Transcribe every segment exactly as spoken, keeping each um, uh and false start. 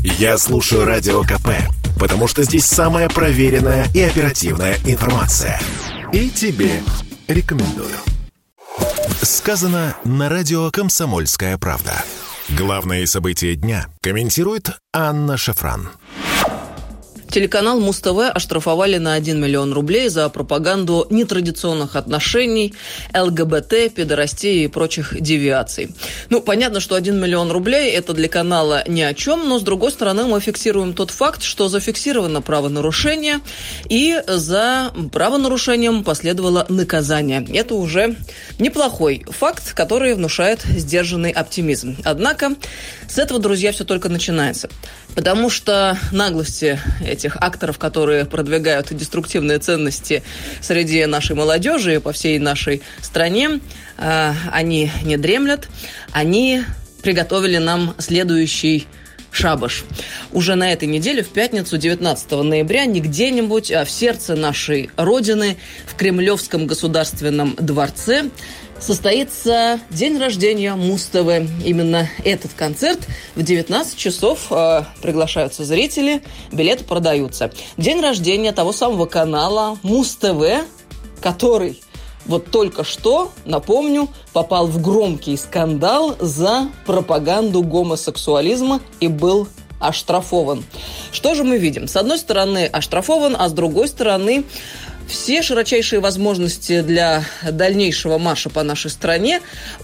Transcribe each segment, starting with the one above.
Я слушаю Радио КП, потому что здесь самая проверенная и оперативная информация. И тебе рекомендую. Сказано на радио «Комсомольская правда». Главные события дня комментирует Анна Шафран. Телеканал Муз-ТВ оштрафовали на один миллион рублей за пропаганду нетрадиционных отношений, ЛГБТ, педорастии и прочих девиаций. Ну, понятно, что один миллион рублей – это для канала ни о чем, но, с другой стороны, мы фиксируем тот факт, что зафиксировано правонарушение, и за правонарушением последовало наказание. Это уже неплохой факт, который внушает сдержанный оптимизм. Однако с этого, друзья, все только начинается. Потому что наглости этих акторов, которые продвигают деструктивные ценности среди нашей молодежи и по всей нашей стране, э, они не дремлят. Они приготовили нам следующий шабаш. Уже на этой неделе, в пятницу, девятнадцатого ноября, не где-нибудь, а в сердце нашей Родины, в Кремлевском государственном дворце, состоится день рождения Муз-ТВ. Именно этот концерт в девятнадцать часов э, приглашаются зрители, билеты продаются. День рождения того самого канала Муз-ТВ, который вот только что, напомню, попал в громкий скандал за пропаганду гомосексуализма и был оштрафован. Что же мы видим? С одной стороны оштрафован, а с другой стороны все широчайшие возможности для дальнейшего марша по нашей стране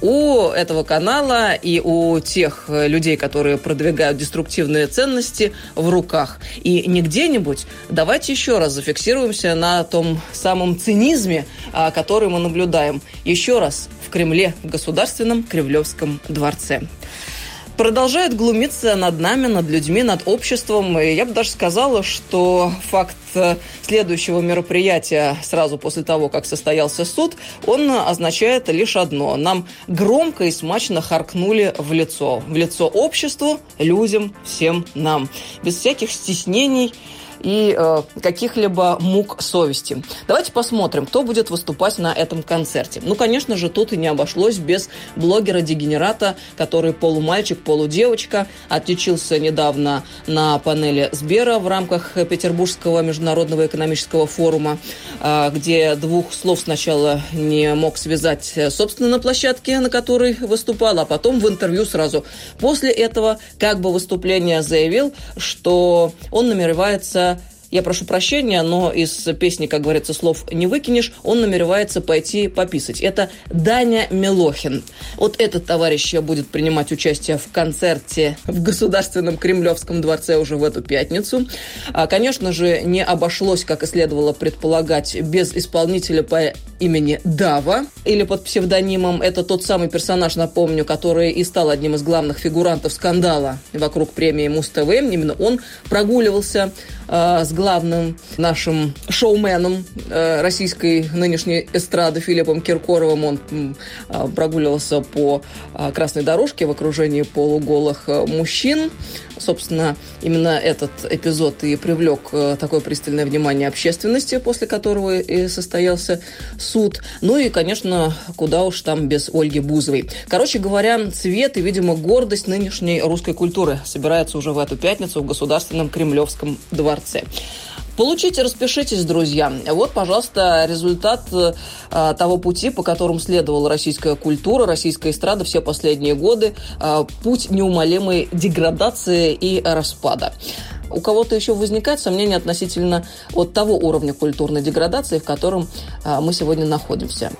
у этого канала и у тех людей, которые продвигают деструктивные ценности, в руках. И не где-нибудь, давайте еще раз зафиксируемся на том самом цинизме, который мы наблюдаем. Еще раз, в Кремле, в Государственном Кремлевском дворце. Продолжает глумиться над нами, над людьми, над обществом. И я бы даже сказала, что факт следующего мероприятия сразу после того, как состоялся суд, он означает лишь одно. Нам громко и смачно харкнули в лицо. В лицо обществу, людям, всем нам. Без всяких стеснений и э, каких-либо мук совести. Давайте посмотрим, кто будет выступать на этом концерте. Ну, конечно же, тут и не обошлось без блогера-дегенерата, который полумальчик, полудевочка, отличился недавно на панели Сбера в рамках Петербургского международного экономического форума, э, где двух слов сначала не мог связать, собственно, на площадке, на которой выступал, а потом в интервью сразу после этого как бы выступления заявил, что он намеревается, я прошу прощения, но из песни, как говорится, слов не выкинешь, он намеревается пойти пописать. Это Даня Милохин. Вот этот товарищ будет принимать участие в концерте в Государственном Кремлевском дворце уже в эту пятницу. А, конечно же, не обошлось, как и следовало предполагать, без исполнителя по имени Дава, или под псевдонимом. Это тот самый персонаж, напомню, который и стал одним из главных фигурантов скандала вокруг премии Муз-ТВ. Именно он прогуливался э, с главным нашим шоуменом э, российской нынешней эстрады Филиппом Киркоровым. Он э, прогуливался по э, красной дорожке в окружении полуголых э, мужчин. Собственно, именно этот эпизод и привлек э, такое пристальное внимание общественности, после которого и состоялся суд. Ну и, конечно, куда уж там без Ольги Бузовой. Короче говоря, цвет и, видимо, гордость нынешней русской культуры собирается уже в эту пятницу в Государственном Кремлевском дворце. Получите, распишитесь, друзья. Вот, пожалуйста, результат а, того пути, по которому следовала российская культура, российская эстрада все последние годы. А, путь неумолимой деградации и распада. У кого-то еще возникает сомнение относительно от того уровня культурной деградации, в котором а, мы сегодня находимся.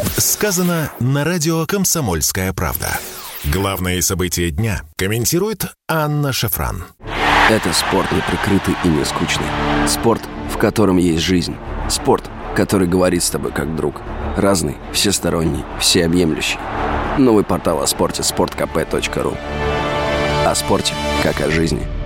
Сказано на радио «Комсомольская правда». Главные события дня комментирует Анна Шафран. Это спорт неприкрытый и не скучный. Спорт, в котором есть жизнь. Спорт, который говорит с тобой как друг. Разный, всесторонний, всеобъемлющий. Новый портал о спорте – спорт кэ пэ точка ру. О спорте, как о жизни.